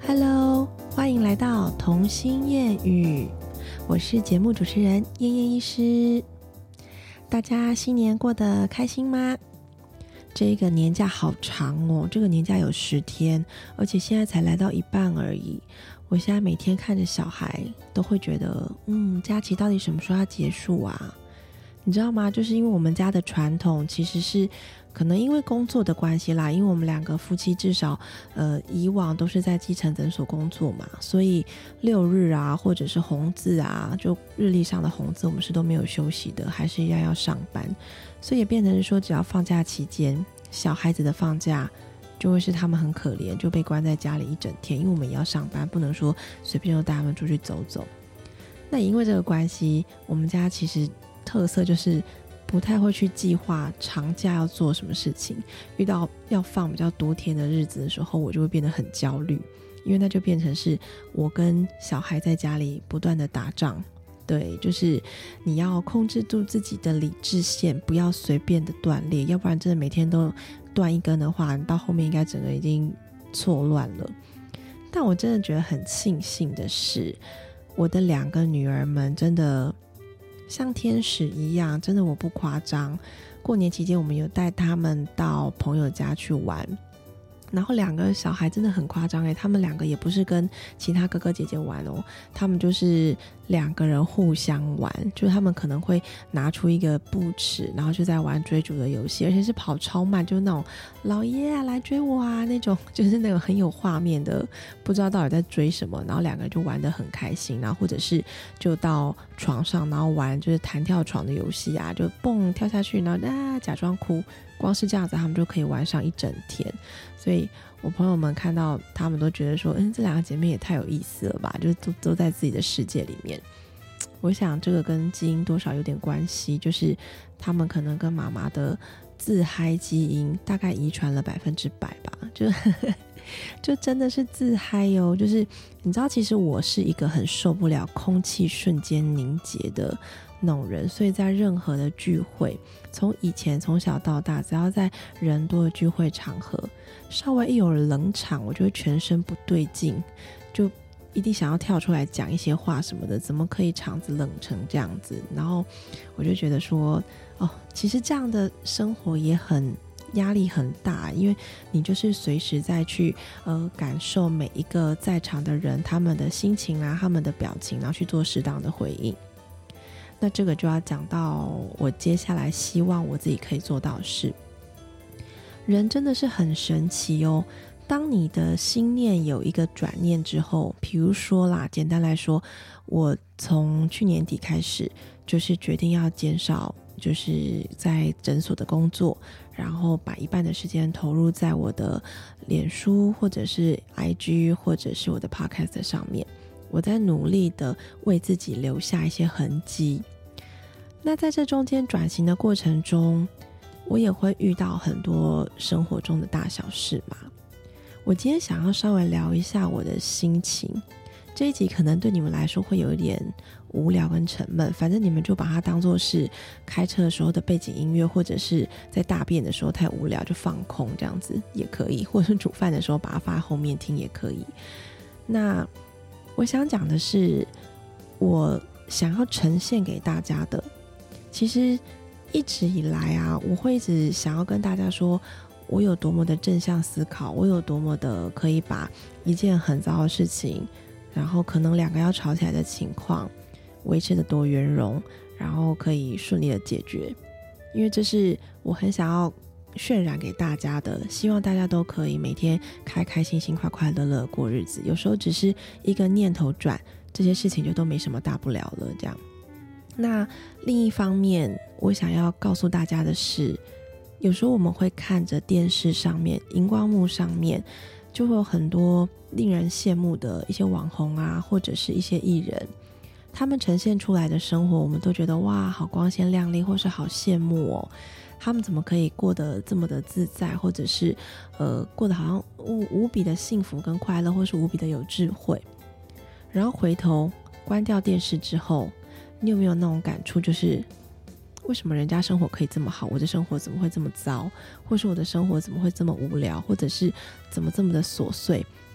Hello， 欢迎来到童心谚语，我是节目主持人燕燕医师。大家新年过得开心吗？这个年假好长哦，这个年假有10天，而且现在才来到一半而已。我现在每天看着小孩都会觉得，假期到底什么时候要结束啊？你知道吗？就是因为我们家的传统其实是可能因为工作的关系啦，因为我们两个夫妻至少以往都是在基层诊所工作嘛，所以6日啊或者是红字啊，就日历上的红字我们是都没有休息的，还是一样要上班，所以也变成说只要放假期间，小孩子的放假就会是他们很可怜，就被关在家里一整天，因为我们也要上班，不能说随便就带他们出去走走。那也因为这个关系，我们家其实特色就是不太会去计划长假要做什么事情，遇到要放比较多天的日子的时候，我就会变得很焦虑，因为那就变成是我跟小孩在家里不断的打仗。对，就是你要控制住自己的理智线，不要随便的断裂，要不然真的每天都断一根的话，到后面应该整个已经错乱了。但我真的觉得很庆幸的是，我的2个女儿们真的像天使一样，真的我不夸张。过年期间我们有带他们到朋友家去玩，然后2个小孩真的很夸张他们2个也不是跟其他哥哥姐姐玩哦，他们就是2个人互相玩，就是他们可能会拿出一个布尺，然后就在玩追逐的游戏，而且是跑超慢，就是那种老爷啊来追我啊那种，就是那种很有画面的，不知道到底在追什么，然后2个人就玩得很开心，然后或者是就到床上然后玩就是弹跳床的游戏啊，就蹦跳下去，然后假装哭，光是这样子他们就可以玩上一整天。所以我朋友们看到他们都觉得说这2个姐妹也太有意思了吧，就都在自己的世界里面。我想这个跟基因多少有点关系，就是他们可能跟妈妈的自嗨基因大概遗传了100%吧，就真的是自嗨哦。就是你知道其实我是一个很受不了空气瞬间凝结的那种人，所以在任何的聚会，从小到大，只要在人多的聚会场合，稍微一有冷场，我就会全身不对劲，就一定想要跳出来讲一些话什么的，怎么可以场子冷成这样子？然后我就觉得说其实这样的生活也很压力很大，因为你就是随时在去感受每一个在场的人他们的心情啊，他们的表情，然后去做适当的回应。那这个就要讲到我接下来希望我自己可以做到的事。人真的是很神奇哦，当你的心念有一个转念之后，比如说啦，简单来说，我从去年底开始就是决定要减少就是在诊所的工作，然后把一半的时间投入在我的脸书或者是 IG 或者是我的 Podcast 上面，我在努力的为自己留下一些痕迹。那在这中间转型的过程中，我也会遇到很多生活中的大小事嘛。我今天想要稍微聊一下我的心情，这一集可能对你们来说会有一点无聊跟沉闷，反正你们就把它当作是开车的时候的背景音乐，或者是在大便的时候太无聊就放空这样子也可以，或者是煮饭的时候把它放在后面听也可以。那我想讲的是，我想要呈现给大家的，其实一直以来啊，我会一直想要跟大家说我有多么的正向思考，我有多么的可以把一件很糟的事情，然后可能2个要吵起来的情况维持的多圆融，然后可以顺利的解决。因为这是我很想要渲染给大家的，希望大家都可以每天开开心心快快乐乐过日子，有时候只是一个念头转，这些事情就都没什么大不了了这样。那另一方面我想要告诉大家的是，有时候我们会看着电视上面荧光幕上面就会有很多令人羡慕的一些网红啊，或者是一些艺人，他们呈现出来的生活我们都觉得哇好光鲜亮丽，或是好羡慕哦，他们怎么可以过得这么的自在，或者是过得好像无比的幸福跟快乐，或是无比的有智慧。然后回头关掉电视之后，你有没有那种感触，就是为什么人家生活可以这么好，我的生活怎么会这么糟，或是我的生活怎么会这么无聊，或者是怎么这么的琐碎，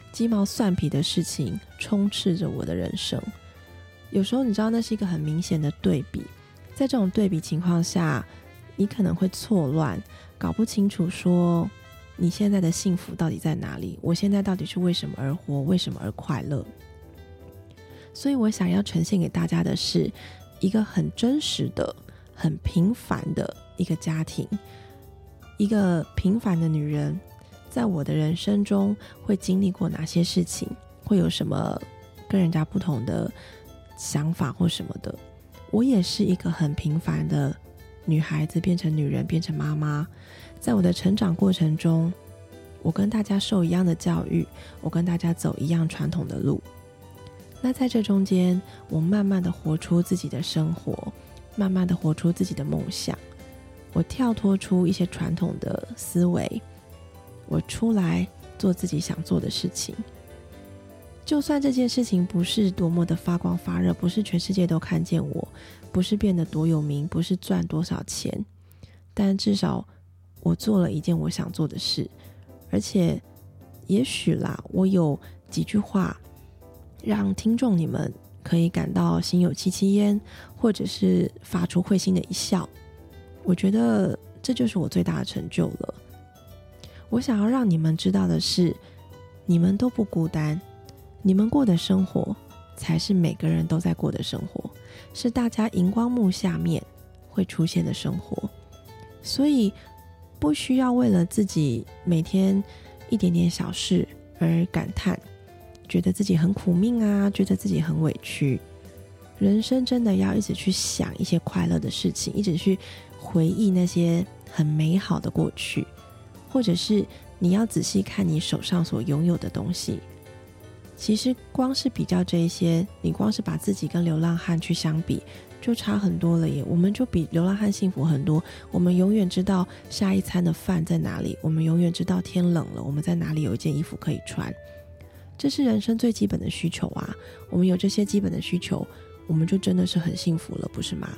鸡毛蒜皮的事情充斥着我的人生。有时候你知道那是一个很明显的对比，在这种对比情况下，你可能会错乱，搞不清楚说你现在的幸福到底在哪里，我现在到底是为什么而活，为什么而快乐。所以我想要呈现给大家的是一个很真实的、很平凡的一个家庭，一个平凡的女人在我的人生中会经历过哪些事情，会有什么跟人家不同的想法或什么的。我也是一个很平凡的女孩子，变成女人，变成妈妈。在我的成长过程中，我跟大家受一样的教育，我跟大家走一样传统的路。那在这中间，我慢慢的活出自己的生活，慢慢的活出自己的梦想。我跳脱出一些传统的思维，我出来做自己想做的事情。就算这件事情不是多么的发光发热，不是全世界都看见我，不是变得多有名，不是赚多少钱，但至少我做了一件我想做的事。而且也许啦，我有几句话让听众你们可以感到心有戚戚焉，或者是发出会心的一笑。我觉得这就是我最大的成就了。我想要让你们知道的是，你们都不孤单，你们过的生活才是每个人都在过的生活，是大家荧光幕下面会出现的生活。所以不需要为了自己每天一点点小事而感叹，觉得自己很苦命啊，觉得自己很委屈。人生真的要一直去想一些快乐的事情，一直去回忆那些很美好的过去，或者是你要仔细看你手上所拥有的东西。其实光是比较这一些，你光是把自己跟流浪汉去相比，就差很多了耶。我们就比流浪汉幸福很多，我们永远知道下一餐的饭在哪里，我们永远知道天冷了我们在哪里有一件衣服可以穿。这是人生最基本的需求啊，我们有这些基本的需求，我们就真的是很幸福了，不是吗？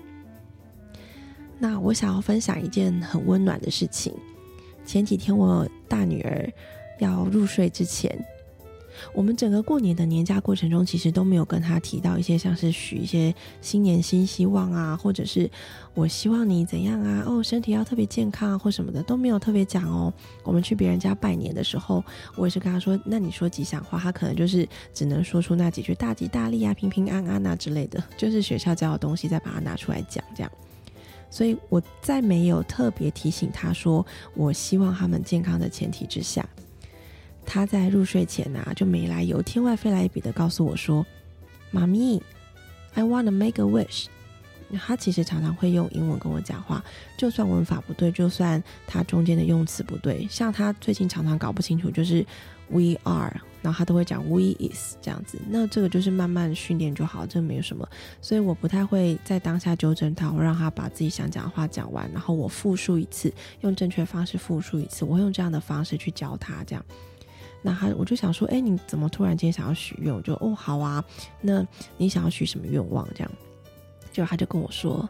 那我想要分享一件很温暖的事情。前几天我大女儿要入睡之前，我们整个过年的年假过程中，其实都没有跟她提到一些像是许一些新年新希望啊，或者是我希望你怎样啊，身体要特别健康啊或什么的，都没有特别讲哦。我们去别人家拜年的时候，我也是跟她说，那你说吉祥话，她可能就是只能说出那几句大吉大利啊，平平安安啊之类的，就是学校教的东西再把它拿出来讲这样。所以我在没有特别提醒她说我希望他们健康的前提之下，他在入睡前就没来由天外飞来一笔的告诉我说，妈咪 I wanna make a wish。 他其实常常会用英文跟我讲话，就算文法不对，就算他中间的用词不对，像他最近常常搞不清楚就是 we are， 然后他都会讲 we is 这样子，那这个就是慢慢训练就好，这没有什么。所以我不太会在当下纠正他，我让他把自己想讲的话讲完，然后我复述一次，用正确方式复述一次，我会用这样的方式去教他这样。那我就想说，你怎么突然间想要许愿？我就好啊，那你想要许什么愿望？这样，结果他就跟我说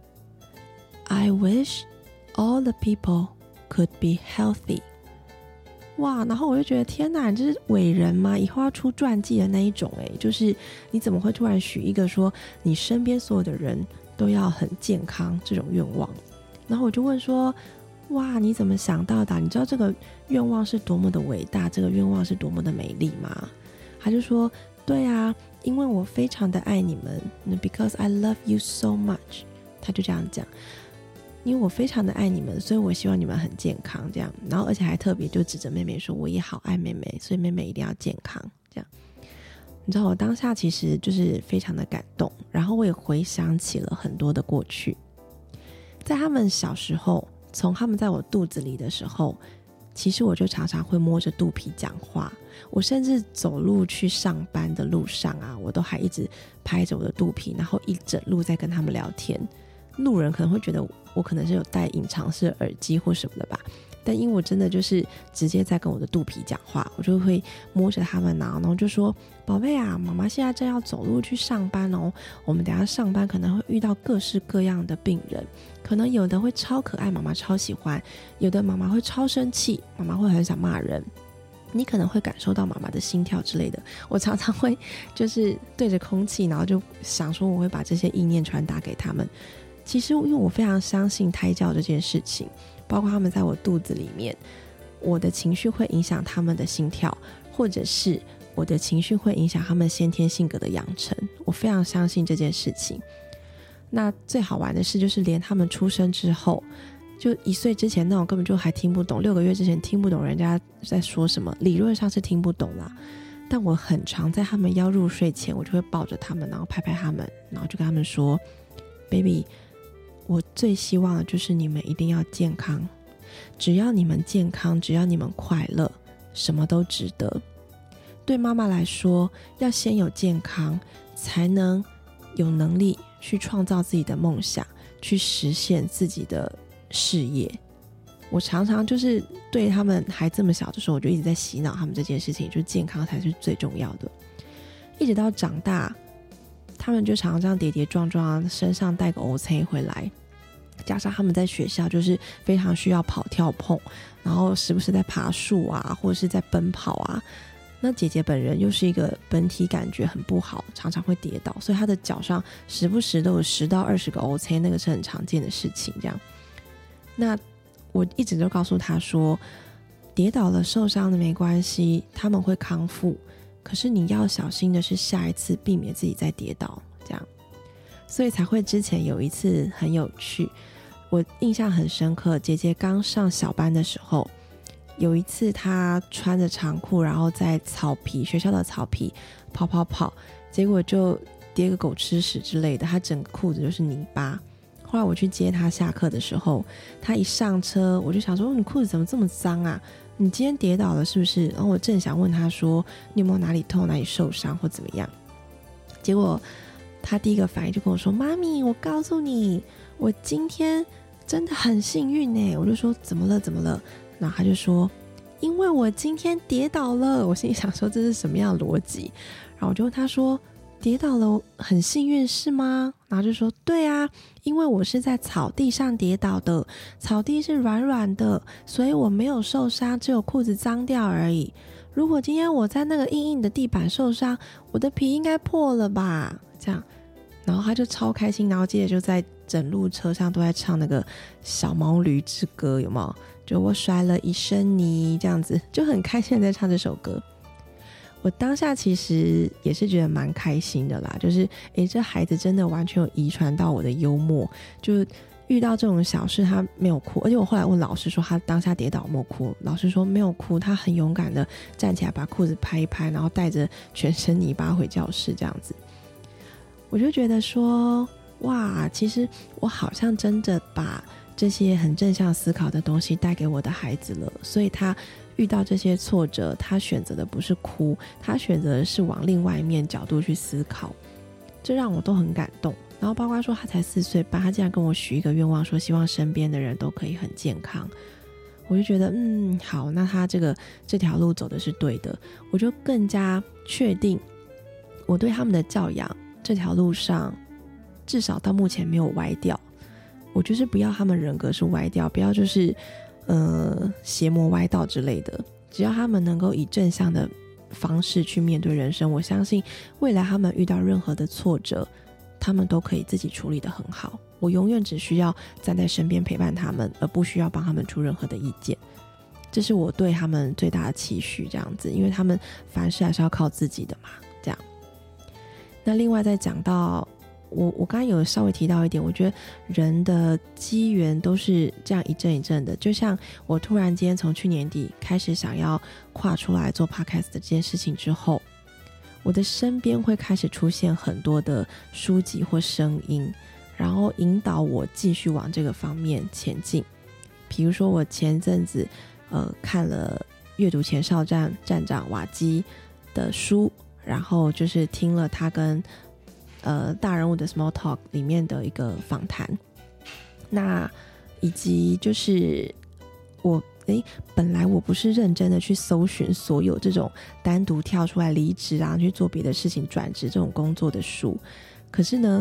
I wish all the people could be healthy。 哇，然后我就觉得天哪，你这是伟人吗？以后要出传记的那一种就是你怎么会突然许一个说你身边所有的人都要很健康这种愿望？然后我就问说，哇，你怎么想到的？你知道这个愿望是多么的伟大，这个愿望是多么的美丽吗？他就说，对啊，因为我非常的爱你们 because I love you so much。 他就这样讲，因为我非常的爱你们，所以我希望你们很健康这样。然后而且还特别就指着妹妹说，我也好爱妹妹，所以妹妹一定要健康这样。你知道我当下其实就是非常的感动，然后我也回想起了很多的过去，在他们小时候，从他们在我肚子里的时候，其实我就常常会摸着肚皮讲话。我甚至走路去上班的路上我都还一直拍着我的肚皮，然后一整路在跟他们聊天。路人可能会觉得我可能是有戴隐藏式耳机或什么的吧，但因为我真的就是直接在跟我的肚皮讲话，我就会摸着他们然后就说，宝贝啊，妈妈现在正要走路去上班哦，我们等一下上班可能会遇到各式各样的病人，可能有的会超可爱，妈妈超喜欢，有的妈妈会超生气，妈妈会很想骂人， 你可能会感受到妈妈的心跳之类的。我常常会就是对着空气，然后就想说我会把这些意念传达给他们。其实因为我非常相信胎教这件事情，包括他们在我肚子里面，我的情绪会影响他们的心跳，或者是我的情绪会影响他们先天性格的养成，我非常相信这件事情。那最好玩的是，就是连他们出生之后，就1岁之前那种根本就还听不懂，6个月之前听不懂人家在说什么，理论上是听不懂啦，但我很常在他们要入睡前，我就会抱着他们，然后拍拍他们，然后就跟他们说 Baby， 我最希望的就是你们一定要健康，只要你们健康，只要你们快乐，什么都值得。对妈妈来说，要先有健康，才能有能力去创造自己的梦想，去实现自己的事业。我常常就是对他们还这么小的时候，我就一直在洗脑他们这件事情，就是健康才是最重要的。一直到长大，他们就常常这样跌跌撞撞，身上带个 OC 回来，加上他们在学校就是非常需要跑跳碰，然后时不时在爬树啊，或者是在奔跑啊。那姐姐本人又是一个本体感觉很不好，常常会跌倒，所以她的脚上时不时都有10到20个 OC， 那个是很常见的事情。这样，那我一直都告诉她说，跌倒了受伤的没关系，他们会康复，可是你要小心的是下一次避免自己再跌倒，这样。所以才会之前有一次很有趣，我印象很深刻，姐姐刚上小班的时候，有一次她穿着长裤，然后在学校的草皮跑，结果就跌个狗吃屎之类的，她整个裤子就是泥巴。后来我去接她下课的时候，她一上车我就想说，你裤子怎么这么脏啊，你今天跌倒了是不是？然后我正想问她说，你有没有哪里痛哪里受伤或怎么样，结果她第一个反应就跟我说，妈咪，我告诉你，我今天真的很幸运耶。我就说怎么了，然后他就说，因为我今天跌倒了。我心里想说这是什么样的逻辑，然后我就问他说，跌倒了很幸运是吗？然后就说对啊，因为我是在草地上跌倒的，草地是软软的，所以我没有受伤，只有裤子脏掉而已。如果今天我在那个硬硬的地板受伤，我的皮应该破了吧，这样。然后他就超开心，然后接着就在整路车上都在唱那个小毛驴之歌，有没有？就我摔了一身泥，这样子就很开心的在唱这首歌。我当下其实也是觉得蛮开心的啦，就是这孩子真的完全有遗传到我的幽默，就遇到这种小事他没有哭，而且我后来问老师说他当下跌倒有没有哭，老师说没有哭，他很勇敢的站起来把裤子拍一拍，然后带着全身泥巴回教室这样子。我就觉得说，哇，其实我好像真的把这些很正向思考的东西带给我的孩子了，所以他遇到这些挫折，他选择的不是哭，他选择的是往另外一面角度去思考，这让我都很感动。然后包括说他才4岁半，他竟然跟我许一个愿望，说希望身边的人都可以很健康。我就觉得好，那他这条路走的是对的，我就更加确定我对他们的教养这条路上至少到目前没有歪掉。我就是不要他们人格是歪掉，不要就是邪魔歪道之类的，只要他们能够以正向的方式去面对人生，我相信未来他们遇到任何的挫折，他们都可以自己处理得很好。我永远只需要站在身边陪伴他们，而不需要帮他们出任何的意见，这是我对他们最大的期许，这样子，因为他们凡事还是要靠自己的嘛，这样。那另外再讲到我刚刚有稍微提到一点，我觉得人的机缘都是这样一阵一阵的，就像我突然间从去年底开始想要跨出来做 podcast 的这件事情之后，我的身边会开始出现很多的书籍或声音，然后引导我继续往这个方面前进。比如说我前阵子看了阅读前哨站站长瓦基的书，然后就是听了他跟大人物的 Small Talk 里面的一个访谈，那以及就是本来我不是认真的去搜寻所有这种单独跳出来离职啊去做别的事情转职这种工作的书，可是呢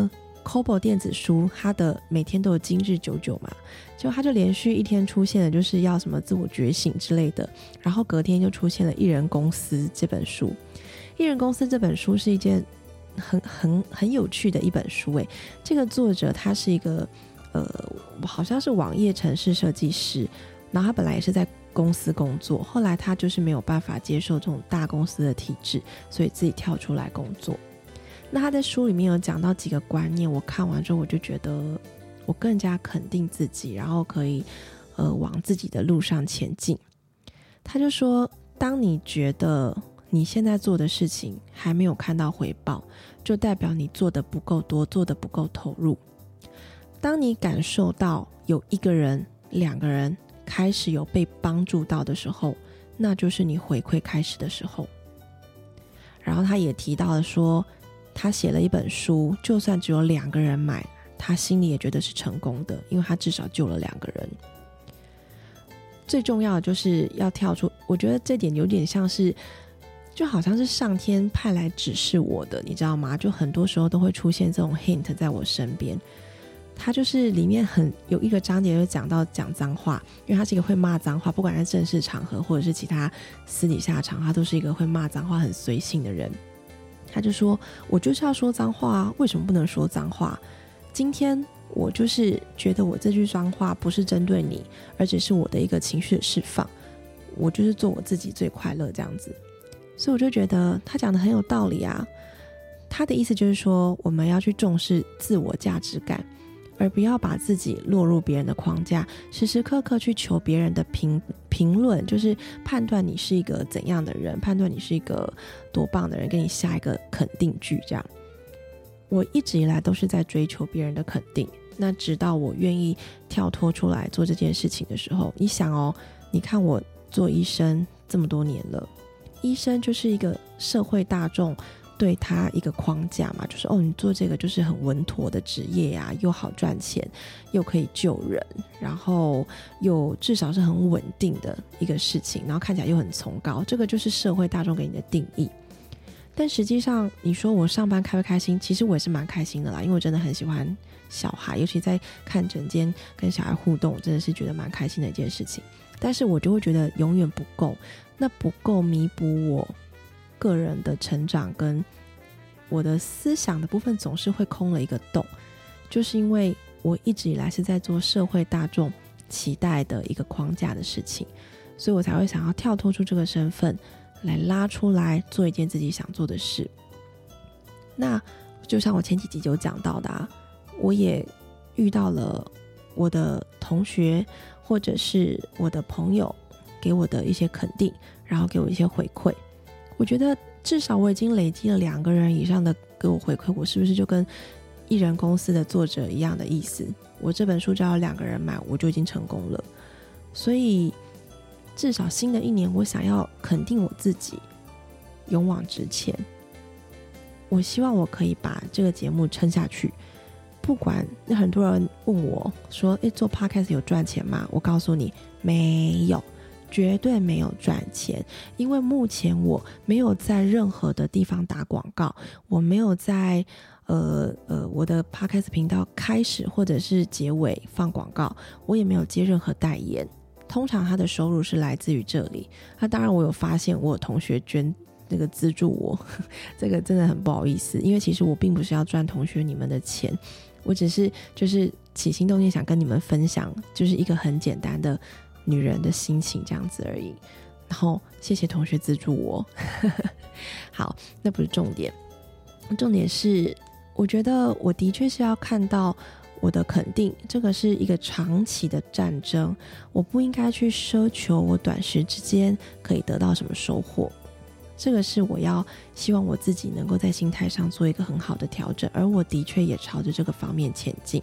Kobo 电子书它的每天都有今日99嘛，结果它就连续一天出现了就是要什么自我觉醒之类的，然后隔天就出现了艺人公司这本书。艺人公司这本书是一件很有趣的一本书诶，这个作者他是一个好像是网页程式设计师，然后他本来也是在公司工作，后来他就是没有办法接受这种大公司的体制，所以自己跳出来工作。那他在书里面有讲到几个观念，我看完之后我就觉得我更加肯定自己，然后可以往自己的路上前进。他就说，当你觉得你现在做的事情还没有看到回报，就代表你做的不够多，做的不够投入。当你感受到有1个人、2个人开始有被帮助到的时候，那就是你回馈开始的时候。然后他也提到了说，他写了一本书，就算只有2个人买，他心里也觉得是成功的，因为他至少救了2个人。最重要的就是要跳出，我觉得这点有点像是就好像是上天派来指示我的，你知道吗？就很多时候都会出现这种 hint 在我身边。他就是里面有一个章节就讲到讲脏话，因为他是一个会骂脏话，不管在正式场合或者是其他私底下的场合，他都是一个会骂脏话很随性的人。他就说，我就是要说脏话啊，为什么不能说脏话？今天我就是觉得我这句脏话不是针对你，而且是我的一个情绪的释放，我就是做我自己最快乐这样子。所以我就觉得他讲的很有道理啊。他的意思就是说，我们要去重视自我价值感，而不要把自己落入别人的框架，时时刻刻去求别人的评论，就是判断你是一个怎样的人，判断你是一个多棒的人，给你下一个肯定句这样。我一直以来都是在追求别人的肯定，那直到我愿意跳脱出来做这件事情的时候，你想哦，你看我做医生这么多年了，医生就是一个社会大众对他一个框架嘛，就是你做这个就是很稳妥的职业啊，又好赚钱，又可以救人，然后又至少是很稳定的一个事情，然后看起来又很崇高，这个就是社会大众给你的定义。但实际上你说我上班开不开心，其实我也是蛮开心的啦，因为我真的很喜欢小孩，尤其在看诊间跟小孩互动，真的是觉得蛮开心的一件事情。但是我就会觉得永远不够，那不够弥补我个人的成长跟我的思想的部分，总是会空了一个洞，就是因为我一直以来是在做社会大众期待的一个框架的事情，所以我才会想要跳脱出这个身份来拉出来做一件自己想做的事。那就像我前几集有讲到的啊，我也遇到了我的同学或者是我的朋友给我的一些肯定，然后给我一些回馈，我觉得至少我已经累积了2个人以上的给我回馈，我是不是就跟艺人公司的作者一样的意思？我这本书只要2个人买，我就已经成功了。所以至少新的一年，我想要肯定我自己，勇往直前。我希望我可以把这个节目撑下去。不管很多人问我说做 podcast 有赚钱吗？我告诉你，没有，绝对没有赚钱。因为目前我没有在任何的地方打广告，我没有在我的 podcast 频道开始或者是结尾放广告，我也没有接任何代言。通常他的收入是来自于这里。那当然我有发现我有同学捐那个资助我这个真的很不好意思，因为其实我并不是要赚同学你们的钱，我只是就是起心动念想跟你们分享，就是一个很简单的女人的心情这样子而已。然后谢谢同学资助我好，那不是重点，重点是我觉得我的确是要看到我的肯定，这个是一个长期的战争，我不应该去奢求我短时之间可以得到什么收获。这个是我要希望我自己能够在心态上做一个很好的调整，而我的确也朝着这个方面前进。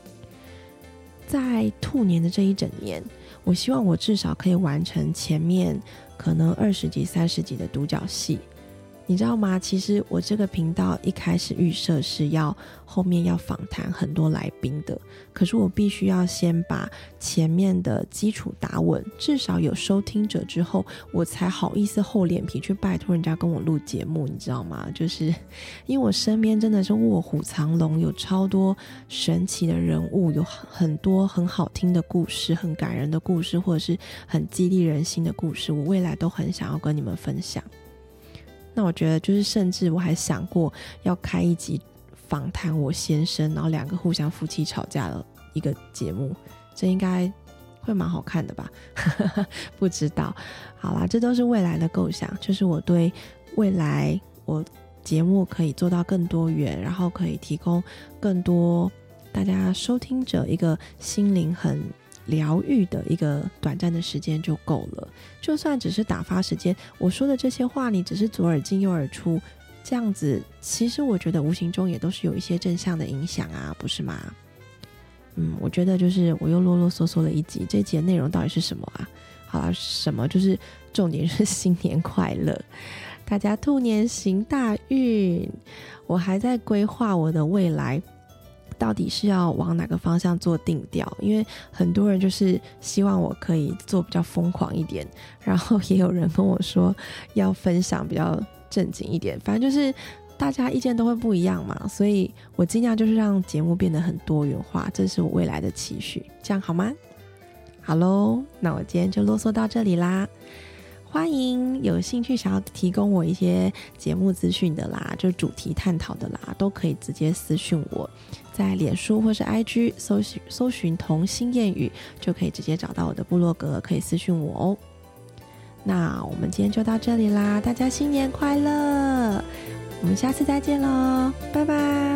在兔年的这一整年，我希望我至少可以完成前面可能20集30集的独角戏， 你知道吗？其实我这个频道一开始预设是后面要访谈很多来宾的，可是我必须要先把前面的基础打稳，至少有收听者之后，我才好意思厚脸皮去拜托人家跟我录节目，你知道吗？就是因为我身边真的是卧虎藏龙，有超多神奇的人物，有很多很好听的故事，很感人的故事，或者是很激励人心的故事，我未来都很想要跟你们分享。那我觉得就是甚至我还想过要开一集访谈我先生，然后2个互相夫妻吵架的一个节目，这应该会蛮好看的吧不知道。好啦，这都是未来的构想，就是我对未来我节目可以做到更多元，然后可以提供更多大家收听者一个心灵很疗愈的一个短暂的时间就够了，就算只是打发时间，我说的这些话你只是左耳进右耳出，这样子其实我觉得无形中也都是有一些正向的影响啊，不是吗？我觉得就是我又啰啰嗦嗦了一集，这集的内容到底是什么啊？好啦，什么就是重点是新年快乐，大家兔年行大运。我还在规划我的未来到底是要往哪个方向做定调，因为很多人就是希望我可以做比较疯狂一点，然后也有人跟我说要分享比较正经一点，反正就是大家意见都会不一样嘛，所以我尽量就是让节目变得很多元化，这是我未来的期许，这样好吗？好咯，那我今天就啰嗦到这里啦。欢迎有兴趣想要提供我一些节目资讯的啦，就主题探讨的啦，都可以直接私讯我，在脸书或是 IG 搜寻童心谚语，就可以直接找到我的部落格，可以私讯我哦。那我们今天就到这里啦，大家新年快乐，我们下次再见咯，拜拜。